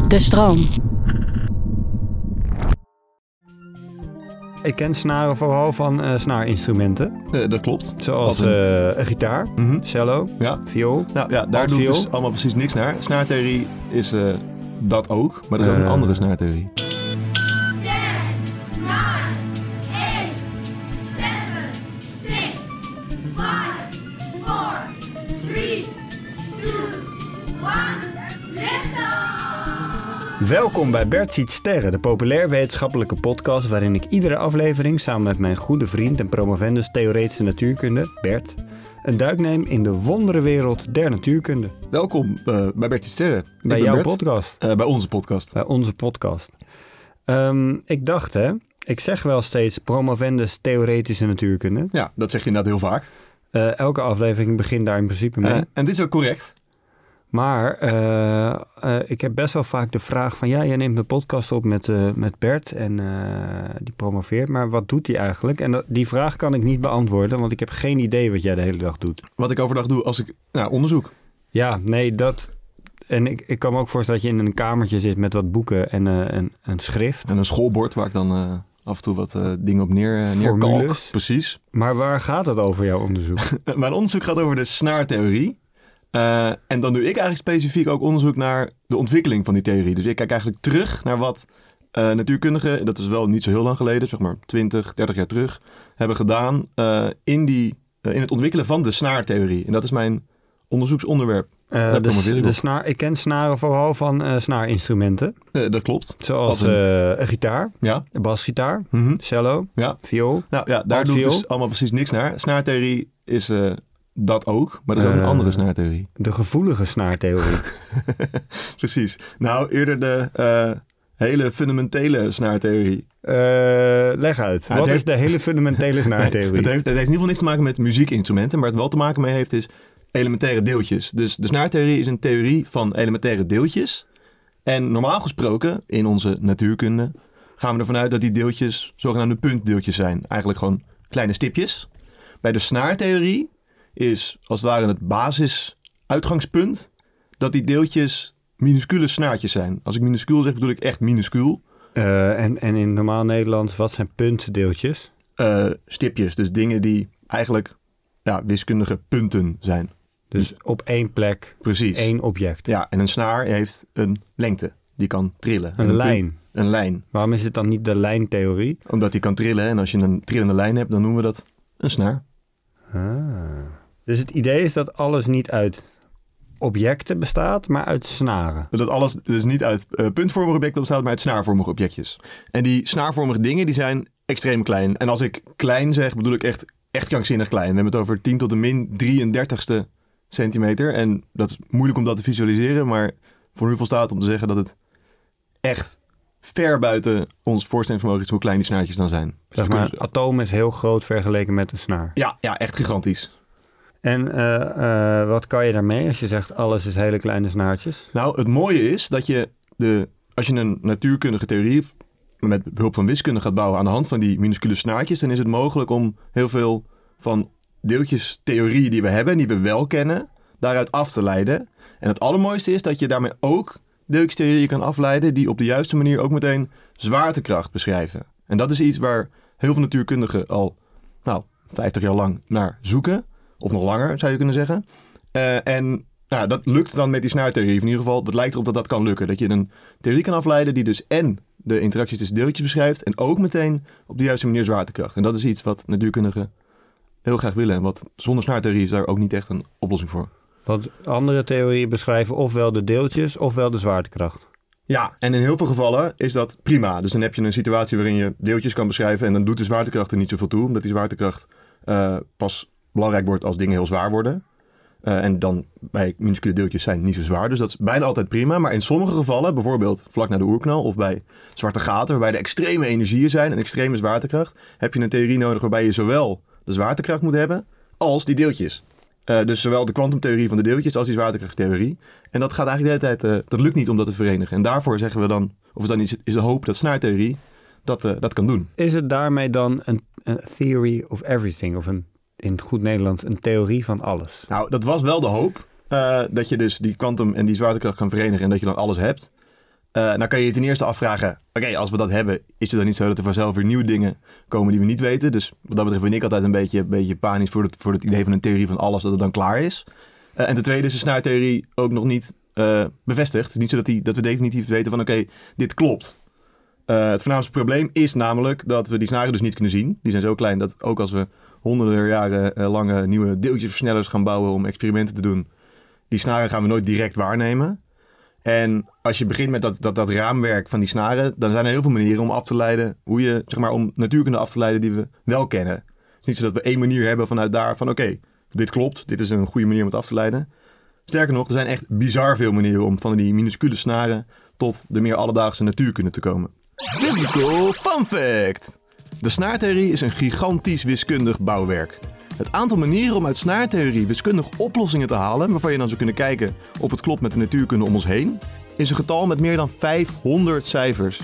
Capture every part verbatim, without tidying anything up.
De stroom. Ik ken snaren vooral van uh, snaarinstrumenten. Uh, dat klopt. Zoals een... Uh, een gitaar, mm-hmm. cello, ja. viool. Nou ja, daar doe ik dus allemaal precies niks naar. Snaartheorie is uh, dat ook, maar er is uh, ook een andere snaartheorie. Welkom bij Bert Ziet Sterren, de populair wetenschappelijke podcast waarin ik iedere aflevering samen met mijn goede vriend en promovendus theoretische natuurkunde, Bert, een duik neem in de wonderenwereld der natuurkunde. Welkom uh, bij Bert Ziet Sterren. Ik bij jouw Bert. podcast. Uh, bij onze podcast. Bij onze podcast. Um, ik dacht hè, ik zeg wel steeds promovendus theoretische natuurkunde. Ja, dat zeg je inderdaad heel vaak. Uh, elke aflevering begint daar in principe mee. Uh, en dit is ook correct. Maar uh, uh, ik heb best wel vaak de vraag van... ja, jij neemt een podcast op met, uh, met Bert en uh, die promoveert. Maar wat doet hij eigenlijk? En dat, die vraag kan ik niet beantwoorden, want ik heb geen idee wat jij de hele dag doet. Wat ik overdag doe als ik nou, onderzoek. Ja, nee, dat... En ik, ik kan me ook voorstellen dat je in een kamertje zit met wat boeken en uh, een, een schrift. En een schoolbord waar ik dan uh, af en toe wat uh, dingen op neer, uh, neerkalk. Precies. Maar waar gaat het over, jouw onderzoek? Mijn onderzoek gaat over de snaartheorie. Uh, en dan doe ik eigenlijk specifiek ook onderzoek naar de ontwikkeling van die theorie. Dus ik kijk eigenlijk terug naar wat uh, natuurkundigen, dat is wel niet zo heel lang geleden, zeg maar twintig, dertig jaar terug, hebben gedaan uh, in, die, uh, in het ontwikkelen van de snaartheorie. En dat is mijn onderzoeksonderwerp. Uh, de, ik, de snaar, ik ken snaren vooral van uh, snaarinstrumenten. Uh, dat klopt. Zoals een, uh, een gitaar, ja. een basgitaar, mm-hmm. cello, ja. viool. Nou ja, daar doe ik dus allemaal precies niks naar. Snaartheorie is... Uh, Dat ook, maar er is ook uh, een andere snaartheorie. De gevoelige snaartheorie. Precies. Nou, eerder de uh, hele fundamentele snaartheorie. Uh, leg uit. Ja, Wat is heeft... de hele fundamentele snaartheorie? het, heeft, het heeft in ieder geval niks te maken met muziekinstrumenten, maar het wel te maken mee heeft is elementaire deeltjes. Dus de snaartheorie is een theorie van elementaire deeltjes. En normaal gesproken, in onze natuurkunde, gaan we ervan uit dat die deeltjes zogenaamde puntdeeltjes zijn. Eigenlijk gewoon kleine stipjes. Bij de snaartheorie is als het ware het basisuitgangspunt dat die deeltjes minuscule snaartjes zijn. Als ik minuscuul zeg, bedoel ik echt minuscuul. Uh, en, en in normaal Nederlands, wat zijn puntdeeltjes? Uh, stipjes, dus dingen die eigenlijk ja, wiskundige punten zijn. Dus op één plek, precies. één object. Ja, en een snaar heeft een lengte, die kan trillen. Een, een lijn. Punt, een lijn. Waarom is het dan niet de lijntheorie? Omdat die kan trillen en als je een trillende lijn hebt, dan noemen we dat een snaar. Ah. Dus het idee is dat alles niet uit objecten bestaat, maar uit snaren. Dat alles dus niet uit uh, puntvormige objecten bestaat, maar uit snaarvormige objectjes. En die snaarvormige dingen die zijn extreem klein. En als ik klein zeg, bedoel ik echt, echt krankzinnig klein. We hebben het over tien tot de min drieëndertigste centimeter. En dat is moeilijk om dat te visualiseren, maar voor nu volstaat om te zeggen dat het echt ver buiten ons voorstellingsvermogen is hoe klein die snaartjes dan zijn. Zeg maar, een atoom is heel groot vergeleken met een snaar. Ja, ja, echt gigantisch. En uh, uh, wat kan je daarmee als je zegt alles is hele kleine snaartjes? Nou, het mooie is dat je, de, als je een natuurkundige theorie met behulp van wiskunde gaat bouwen aan de hand van die minuscule snaartjes, dan is het mogelijk om heel veel van deeltjestheorieën die we hebben, die we wel kennen, daaruit af te leiden. En het allermooiste is dat je daarmee ook deeltjestheorieën kan afleiden die op de juiste manier ook meteen zwaartekracht beschrijven. En dat is iets waar heel veel natuurkundigen al nou, vijftig jaar lang naar zoeken. Of nog langer, zou je kunnen zeggen. Uh, en nou, dat lukt dan met die snaartheorie. In ieder geval, dat lijkt erop dat dat kan lukken. Dat je een theorie kan afleiden die dus en de interacties tussen deeltjes beschrijft en ook meteen op de juiste manier zwaartekracht. En dat is iets wat natuurkundigen heel graag willen. En wat zonder snaartheorie is daar ook niet echt een oplossing voor. Want andere theorieën beschrijven ofwel de deeltjes ofwel de zwaartekracht. Ja, en in heel veel gevallen is dat prima. Dus dan heb je een situatie waarin je deeltjes kan beschrijven en dan doet de zwaartekracht er niet zoveel toe. Omdat die zwaartekracht uh, pas belangrijk wordt als dingen heel zwaar worden. Uh, en dan bij minuscule deeltjes zijn niet zo zwaar. Dus dat is bijna altijd prima. Maar in sommige gevallen, bijvoorbeeld vlak na de oerknal of bij zwarte gaten, waarbij er extreme energieën zijn en extreme zwaartekracht, heb je een theorie nodig waarbij je zowel de zwaartekracht moet hebben als die deeltjes. Uh, dus zowel de kwantumtheorie van de deeltjes als die zwaartekrachttheorie. En dat gaat eigenlijk de hele tijd, uh, dat lukt niet om dat te verenigen. En daarvoor zeggen we dan, of is dan is de hoop dat snaartheorie dat, uh, dat kan doen. Is het daarmee dan een, een theory of everything of een in het goed Nederlands een theorie van alles? Nou, dat was wel de hoop. Uh, dat je dus die kwantum en die zwaartekracht kan verenigen en dat je dan alles hebt. Uh, nou kan je je ten eerste afvragen, oké, okay, als we dat hebben, is het dan niet zo dat er vanzelf weer nieuwe dingen komen die we niet weten? Dus wat dat betreft ben ik altijd een beetje, een beetje panisch voor het, voor het idee van een theorie van alles, dat het dan klaar is. Uh, en ten tweede is de snaartheorie ook nog niet uh, bevestigd. Het is niet zo dat, die, dat we definitief weten van, oké, okay, dit klopt. Uh, het voornaamste probleem is namelijk dat we die snaren dus niet kunnen zien. Die zijn zo klein dat ook als we honderden jaren uh, lange nieuwe deeltjesversnellers gaan bouwen om experimenten te doen, die snaren gaan we nooit direct waarnemen. En als je begint met dat, dat, dat raamwerk van die snaren, dan zijn er heel veel manieren om af te leiden, hoe je, zeg maar, om natuurkunde af te leiden die we wel kennen. Het is niet zo dat we één manier hebben vanuit daar van, oké, okay, dit klopt, dit is een goede manier om het af te leiden. Sterker nog, er zijn echt bizar veel manieren om van die minuscule snaren tot de meer alledaagse natuurkunde te komen. Physical fun fact! De snaartheorie is een gigantisch wiskundig bouwwerk. Het aantal manieren om uit snaartheorie wiskundig oplossingen te halen, waarvan je dan zou kunnen kijken of het klopt met de natuurkunde om ons heen, is een getal met meer dan vijfhonderd cijfers.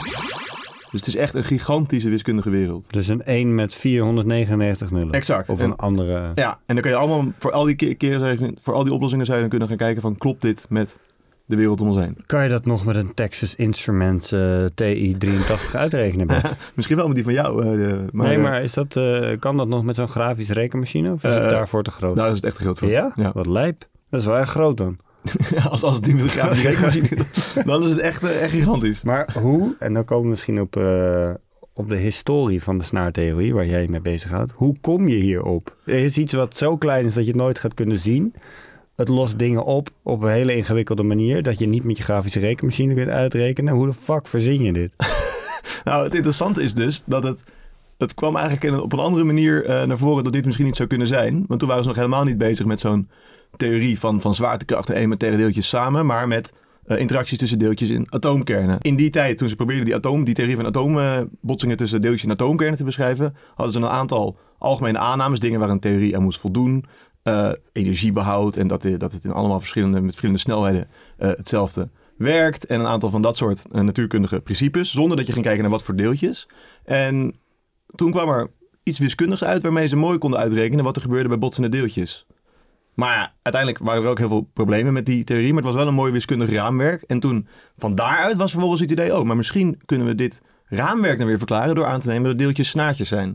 Dus het is echt een gigantische wiskundige wereld. Dus een één met vierhonderdnegenennegentig nullen. Exact. Of en, een andere... Ja, en dan kun je allemaal, voor al die ke- keren, voor al die oplossingen zou je dan kunnen gaan kijken van, klopt dit met de wereld om ons heen? Kan je dat nog met een Texas Instruments uh, T I drieëntachtig uitrekenen? Misschien wel met die van jou. Uh, de, maar, nee, maar is dat, uh, kan dat nog met zo'n grafische rekenmachine? Of is uh, het daarvoor te groot? Daar is het echt te groot voor. Ja? Ja? Wat lijp. Dat is wel echt groot dan. als, als het niet met een grafische rekenmachine dan is het echt, uh, echt gigantisch. Maar hoe, en dan komen we misschien op, uh, op de historie van de snaartheorie, waar jij je mee bezighoudt. Hoe kom je hierop? Er is iets wat zo klein is dat je het nooit gaat kunnen zien. Het lost dingen op op een hele ingewikkelde manier, dat je niet met je grafische rekenmachine kunt uitrekenen. Hoe de fuck verzin je dit? Nou, het interessante is dus dat het, het kwam eigenlijk op een andere manier uh, naar voren dat dit misschien niet zou kunnen zijn. Want toen waren ze nog helemaal niet bezig met zo'n theorie van, van zwaartekracht en elementaire deeltjes samen, maar met uh, interacties tussen deeltjes in atoomkernen. In die tijd, toen ze probeerden die, atoom, die theorie van atoombotsingen uh, tussen deeltjes in atoomkernen te beschrijven, hadden ze een aantal algemene aannames, dingen waar een theorie aan moest voldoen. Uh, energiebehoud en dat, dat het in allemaal verschillende, met verschillende snelheden uh, hetzelfde werkt. En een aantal van dat soort uh, natuurkundige principes, zonder dat je ging kijken naar wat voor deeltjes. En toen kwam er iets wiskundigs uit waarmee ze mooi konden uitrekenen wat er gebeurde bij botsende deeltjes. Maar ja, uiteindelijk waren er ook heel veel problemen met die theorie, maar het was wel een mooi wiskundig raamwerk. En toen, van daaruit was vervolgens het idee, oh, maar misschien kunnen we dit raamwerk dan weer verklaren door aan te nemen dat deeltjes snaartjes zijn.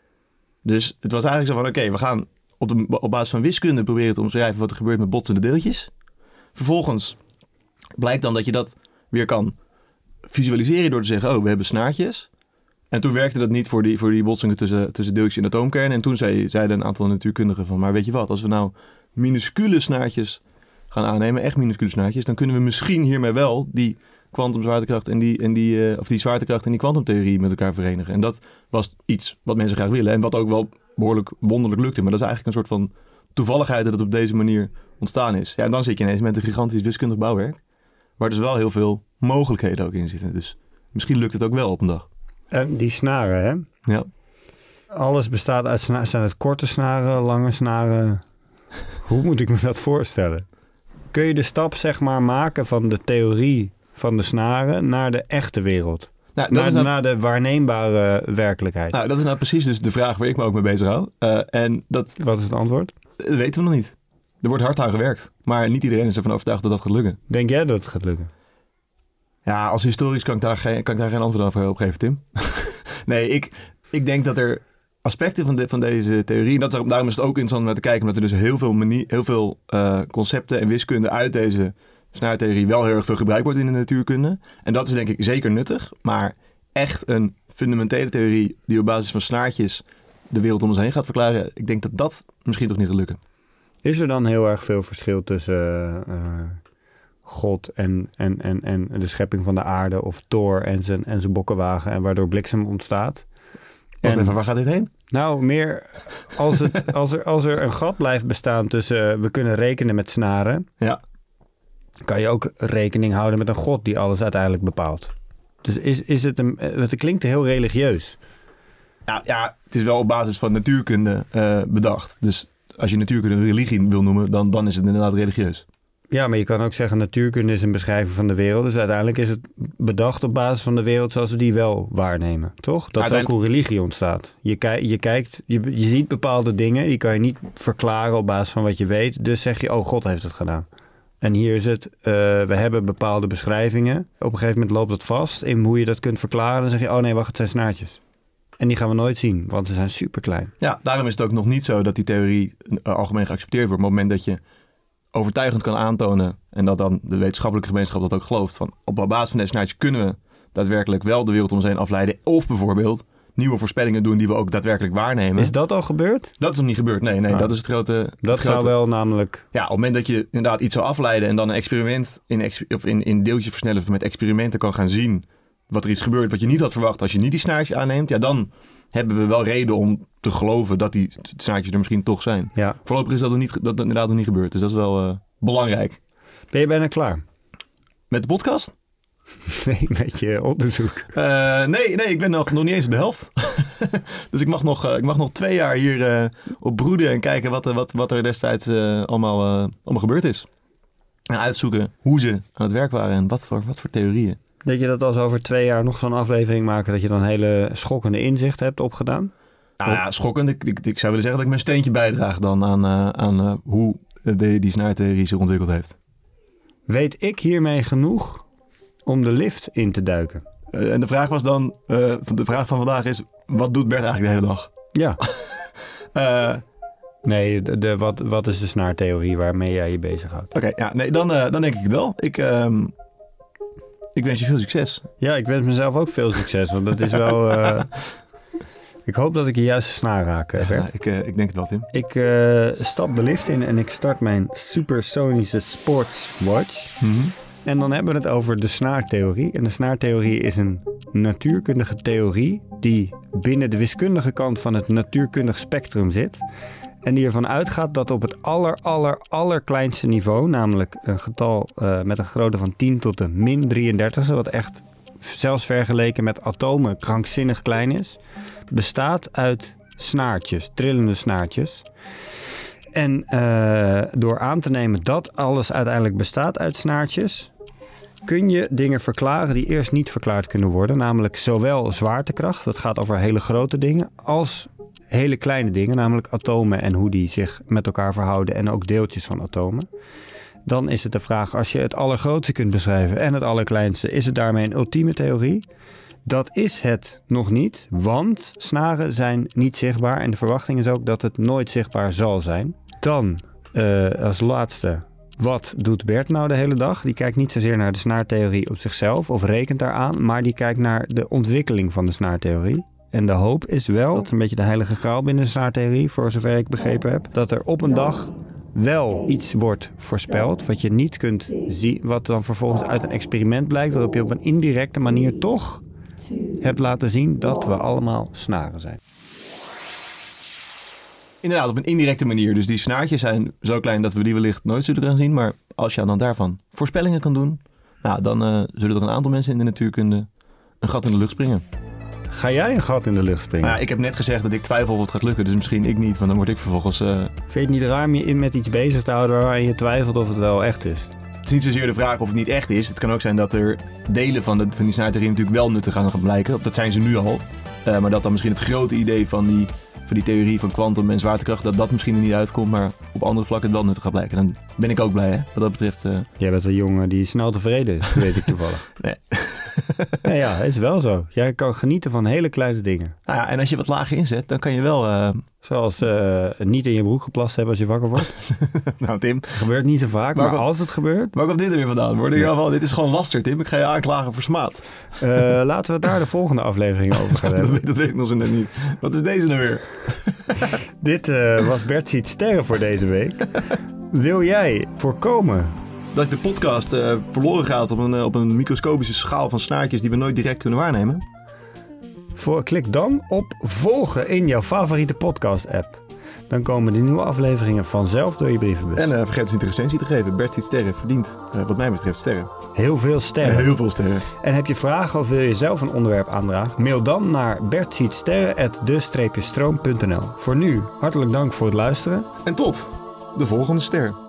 Dus het was eigenlijk zo van, oké, okay, we gaan Op, de, op basis van wiskunde proberen te omschrijven wat er gebeurt met botsende deeltjes. Vervolgens blijkt dan dat je dat weer kan visualiseren door te zeggen, oh, we hebben snaartjes. En toen werkte dat niet voor die, voor die botsingen tussen, tussen deeltjes in atoomkernen. En toen zei, zeiden een aantal natuurkundigen van, maar weet je wat, als we nou minuscule snaartjes gaan aannemen, echt minuscule snaartjes, dan kunnen we misschien hiermee wel die kwantumzwaartekracht en die, en die, uh, of die zwaartekracht en die kwantumtheorie met elkaar verenigen. En dat was iets wat mensen graag willen en wat ook wel behoorlijk wonderlijk lukte. Maar dat is eigenlijk een soort van toevalligheid dat het op deze manier ontstaan is. Ja, en dan zit je ineens met een gigantisch wiskundig bouwwerk, waar dus wel heel veel mogelijkheden ook in zitten. Dus misschien lukt het ook wel op een dag. En die snaren, hè? Ja. Alles bestaat uit snaren. Zijn het korte snaren, lange snaren? Hoe moet ik me dat voorstellen? Kun je de stap, zeg maar, maken van de theorie van de snaren naar de echte wereld? Nou, dat naar, is nou, naar de waarneembare werkelijkheid. Nou, dat is nou precies dus de vraag waar ik me ook mee bezig hou. Uh, en dat, Wat is het antwoord? Dat weten we nog niet. Er wordt hard aan gewerkt. Maar niet iedereen is ervan overtuigd dat dat gaat lukken. Denk jij dat het gaat lukken? Ja, als historisch kan ik daar geen, kan ik daar geen antwoord op geven, Tim. nee, ik, ik denk dat er aspecten van, de, van deze theorie, en dat er, daarom is het ook interessant om naar te kijken, omdat er dus heel veel, manier, heel veel uh, concepten en wiskunde uit deze snaartheorie wel heel erg veel gebruikt wordt in de natuurkunde. En dat is denk ik zeker nuttig, maar echt een fundamentele theorie die op basis van snaartjes de wereld om ons heen gaat verklaren, ik denk dat dat misschien toch niet gaat lukken. Is er dan heel erg veel verschil tussen uh, God en, en, en, en de schepping van de aarde of Thor en zijn, en zijn bokkenwagen en waardoor bliksem ontstaat? Wacht en, even, waar gaat dit heen? Nou, meer als, het, als, er, als er een gat blijft bestaan tussen uh, we kunnen rekenen met snaren, ja. kan je ook rekening houden met een God die alles uiteindelijk bepaalt. Dus is, is het een... Het klinkt heel religieus. Nou ja, het is wel op basis van natuurkunde uh, bedacht. Dus als je natuurkunde een religie wil noemen, dan, dan is het inderdaad religieus. Ja, maar je kan ook zeggen natuurkunde is een beschrijving van de wereld. Dus uiteindelijk is het bedacht op basis van de wereld zoals we die wel waarnemen. Toch? Dat is ook hoe religie ontstaat. Je, kijk, je kijkt, je, je ziet bepaalde dingen, die kan je niet verklaren op basis van wat je weet. Dus zeg je, oh, God heeft het gedaan. En hier is het, uh, we hebben bepaalde beschrijvingen. Op een gegeven moment loopt het vast in hoe je dat kunt verklaren. Dan zeg je, oh nee, wacht, het zijn snaartjes. En die gaan we nooit zien, want ze zijn super klein. Ja, daarom is het ook nog niet zo dat die theorie uh, algemeen geaccepteerd wordt. Op het moment dat je overtuigend kan aantonen, en dat dan de wetenschappelijke gemeenschap dat ook gelooft, van op basis van deze snaartjes kunnen we daadwerkelijk wel de wereld om ons heen afleiden. Of bijvoorbeeld nieuwe voorspellingen doen die we ook daadwerkelijk waarnemen. Is dat al gebeurd? Dat is nog niet gebeurd, nee. nee ah. Dat is het grote... Het dat grote... zou wel namelijk... Ja, op het moment dat je inderdaad iets zou afleiden en dan een experiment in, ex... of in, in deeltjes versnellen met experimenten kan gaan zien wat er iets gebeurt wat je niet had verwacht als je niet die snaartjes aanneemt, ja, dan hebben we wel reden om te geloven dat die snaartjes er misschien toch zijn. Ja. Voorlopig is dat, nog niet, dat, dat inderdaad nog niet gebeurd, dus dat is wel uh, belangrijk. Ben je bijna klaar? Met de podcast? Nee, met je onderzoek. Uh, nee, nee, ik ben nog, nog niet eens de helft. Dus ik mag nog, uh, ik mag nog twee jaar hier uh, op broeden en kijken wat, uh, wat, wat er destijds uh, allemaal, uh, allemaal gebeurd is. En uitzoeken hoe ze aan het werk waren en wat voor, wat voor theorieën. Denk je dat als over twee jaar nog zo'n aflevering maken, dat je dan hele schokkende inzichten hebt opgedaan? Nou ja, schokkend. Ik, ik, ik zou willen zeggen dat ik mijn steentje bijdraag dan aan, uh, aan uh, hoe de, die snaartheorie zich ontwikkeld heeft. Weet ik hiermee genoeg om de lift in te duiken? Uh, en de vraag was dan, uh, de vraag van vandaag is, wat doet Bert eigenlijk de hele dag? Ja. uh, nee, de, de, wat, wat is de snaartheorie waarmee jij je bezighoudt? Oké, okay, ja, nee, dan, uh, dan denk ik het wel. Ik, uh, ik wens je veel succes. Ja, ik wens mezelf ook veel succes, want dat is wel... Uh, ik hoop dat ik de juiste snaar raak, Bert. Ja, ik, uh, ik denk het wel, Tim. Ik uh, stap de lift in en ik start mijn supersonische sportswatch. Mm-hmm. En dan hebben we het over de snaartheorie. En de snaartheorie is een natuurkundige theorie die binnen de wiskundige kant van het natuurkundig spectrum zit. En die ervan uitgaat dat op het aller, aller, allerkleinste niveau, namelijk een getal uh, met een grootte van tien tot de min drieëndertigste, wat echt zelfs vergeleken met atomen krankzinnig klein is, bestaat uit snaartjes, trillende snaartjes. En uh, door aan te nemen dat alles uiteindelijk bestaat uit snaartjes, kun je dingen verklaren die eerst niet verklaard kunnen worden. Namelijk zowel zwaartekracht, dat gaat over hele grote dingen, als hele kleine dingen, namelijk atomen en hoe die zich met elkaar verhouden en ook deeltjes van atomen. Dan is het de vraag, als je het allergrootste kunt beschrijven en het allerkleinste, is het daarmee een ultieme theorie? Dat is het nog niet, want snaren zijn niet zichtbaar en de verwachting is ook dat het nooit zichtbaar zal zijn. Dan uh, als laatste, wat doet Bert nou de hele dag? Die kijkt niet zozeer naar de snaartheorie op zichzelf of rekent daaraan, maar die kijkt naar de ontwikkeling van de snaartheorie. En de hoop is wel, dat is een beetje de heilige graal binnen de snaartheorie, voor zover ik begrepen heb, dat er op een dag wel iets wordt voorspeld wat je niet kunt zien, wat dan vervolgens uit een experiment blijkt, waarop je op een indirecte manier toch hebt laten zien dat we allemaal snaren zijn. Inderdaad, op een indirecte manier. Dus die snaartjes zijn zo klein dat we die wellicht nooit zullen gaan zien. Maar als je dan daarvan voorspellingen kan doen, nou, dan uh, zullen er een aantal mensen in de natuurkunde een gat in de lucht springen. Ga jij een gat in de lucht springen? Nou ja, ik heb net gezegd dat ik twijfel of het gaat lukken. Dus misschien ik niet, want dan word ik vervolgens... Uh... Vind je het niet raar om je in met iets bezig te houden waarin je twijfelt of het wel echt is? Het is niet zozeer de vraag of het niet echt is. Het kan ook zijn dat er delen van, de, van die snaartheorie natuurlijk wel nuttig gaan blijken. Dat zijn ze nu al. Uh, maar dat dan misschien het grote idee van die, van die theorie van kwantum en zwaartekracht, dat dat misschien er niet uitkomt, maar op andere vlakken wel nuttig gaat blijken. Dan ben ik ook blij, hè, wat dat betreft. Uh... Jij bent een jongen die snel tevreden is, weet ik toevallig. Nee. Ja, ja, is wel zo. Jij kan genieten van hele kleine dingen. Nou ja, en als je wat lager inzet, dan kan je wel... Uh... Zoals uh, niet in je broek geplast hebben als je wakker wordt. Nou, Tim. Dat gebeurt niet zo vaak, maar, maar als het gebeurt... Waar komt dit er weer vandaan? Word ik ja. wel, dit is gewoon laster, Tim. Ik ga je aanklagen voor smaad. Uh, laten we daar de volgende aflevering over gaan hebben. dat, dat weet ik nog zo net niet. Wat is deze nou weer? Dit uh, was Bert Ziet Sterren voor deze week. Wil jij voorkomen dat de podcast uh, verloren gaat op een, uh, op een microscopische schaal van snaartjes die we nooit direct kunnen waarnemen? Voor, klik dan op volgen in jouw favoriete podcast-app. Dan komen de nieuwe afleveringen vanzelf door je brievenbus. En uh, vergeet dus niet de recensie te geven. Bert Ziet Sterren verdient, uh, wat mij betreft, sterren. Heel veel sterren. Uh, heel veel sterren. En heb je vragen of wil je zelf een onderwerp aandragen? Mail dan naar bertzietsterren apenstaartje de stroom punt n l. Voor nu, hartelijk dank voor het luisteren. En tot de volgende ster.